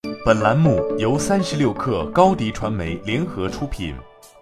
本栏目由36氪高迪传媒联合出品。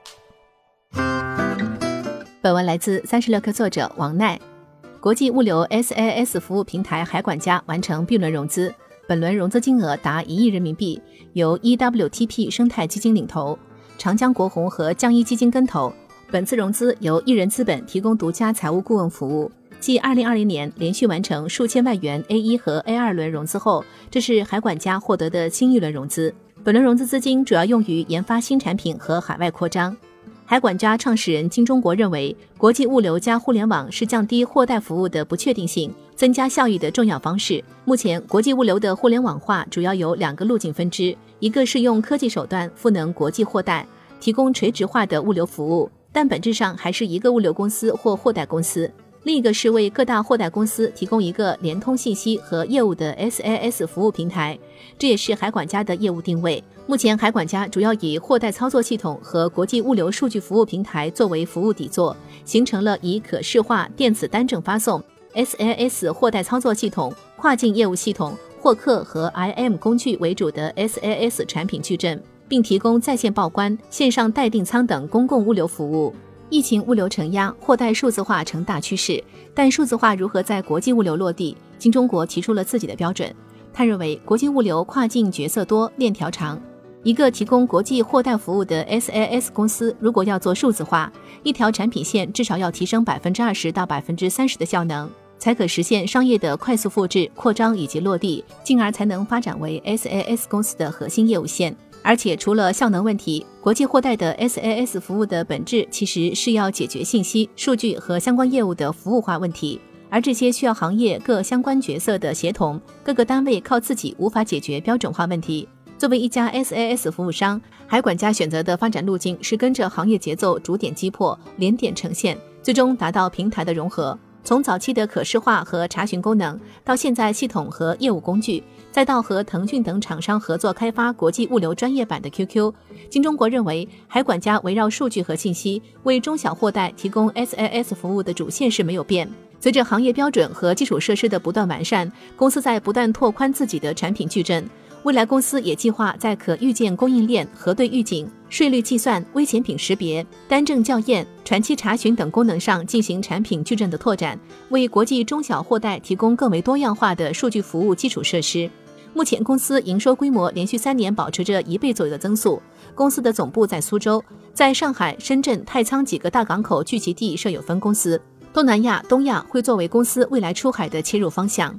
本文来自36氪作者王奈。国际物流 SaaS 服务平台海管家完成 B 轮融资，本轮融资金额达1亿人民币，由 EWTP 生态基金领投，长江国红和江一基金跟投。本次融资由一人资本提供独家财务顾问服务，继2020年连续完成数千万元 A1 和 A2 轮融资后，这是海管家获得的新一轮融资。本轮融资资金主要用于研发新产品和海外扩张。海管家创始人金中国认为，国际物流加互联网是降低货代服务的不确定性、增加效益的重要方式。目前，国际物流的互联网化主要有2个路径分支，一个是用科技手段赋能国际货代，提供垂直化的物流服务，但本质上还是一个物流公司或货代公司。另一个是为各大货代公司提供一个联通信息和业务的 SaaS 服务平台，这也是海管家的业务定位。目前海管家主要以货代操作系统和国际物流数据服务平台作为服务底座，形成了以可视化电子单证发送、SaaS 货代操作系统、跨境业务系统、获客和 IM 工具为主的 SaaS 产品矩阵，并提供在线报关、线上待订仓等公共物流服务。疫情物流承压，货代数字化成大趋势，但数字化如何在国际物流落地？金中国提出了自己的标准。他认为，国际物流跨境角色多，链条长。一个提供国际货代服务的 SaaS 公司，如果要做数字化，一条产品线至少要提升20%到30%的效能，才可实现商业的快速复制、扩张以及落地，进而才能发展为 SaaS 公司的核心业务线。而且除了效能问题，国际货代的 SaaS 服务的本质其实是要解决信息、数据和相关业务的服务化问题，而这些需要行业各相关角色的协同，各个单位靠自己无法解决标准化问题。作为一家 SaaS 服务商，海管家选择的发展路径是跟着行业节奏逐点击破、连点呈现，最终达到平台的融合。从早期的可视化和查询功能，到现在系统和业务工具，再到和腾讯等厂商合作开发国际物流专业版的 QQ， 金中国认为，海管家围绕数据和信息为中小货代提供 SaaS 服务的主线是没有变。随着行业标准和基础设施的不断完善，公司在不断拓宽自己的产品矩阵。未来公司也计划在可预见供应链、核对预警、税率计算、危险品识别、单证校验、传期查询等功能上进行产品矩阵的拓展，为国际中小货代提供更为多样化的数据服务基础设施。目前公司营收规模连续3年保持着1倍左右的增速。公司的总部在苏州，在上海、深圳、太仓几个大港口聚集地设有分公司。东南亚、东亚会作为公司未来出海的切入方向。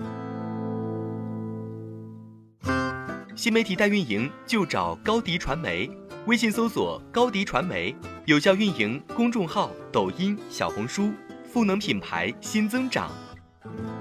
新媒体代运营就找高迪传媒，微信搜索高迪传媒，有效运营公众号、抖音、小红书，赋能品牌新增长。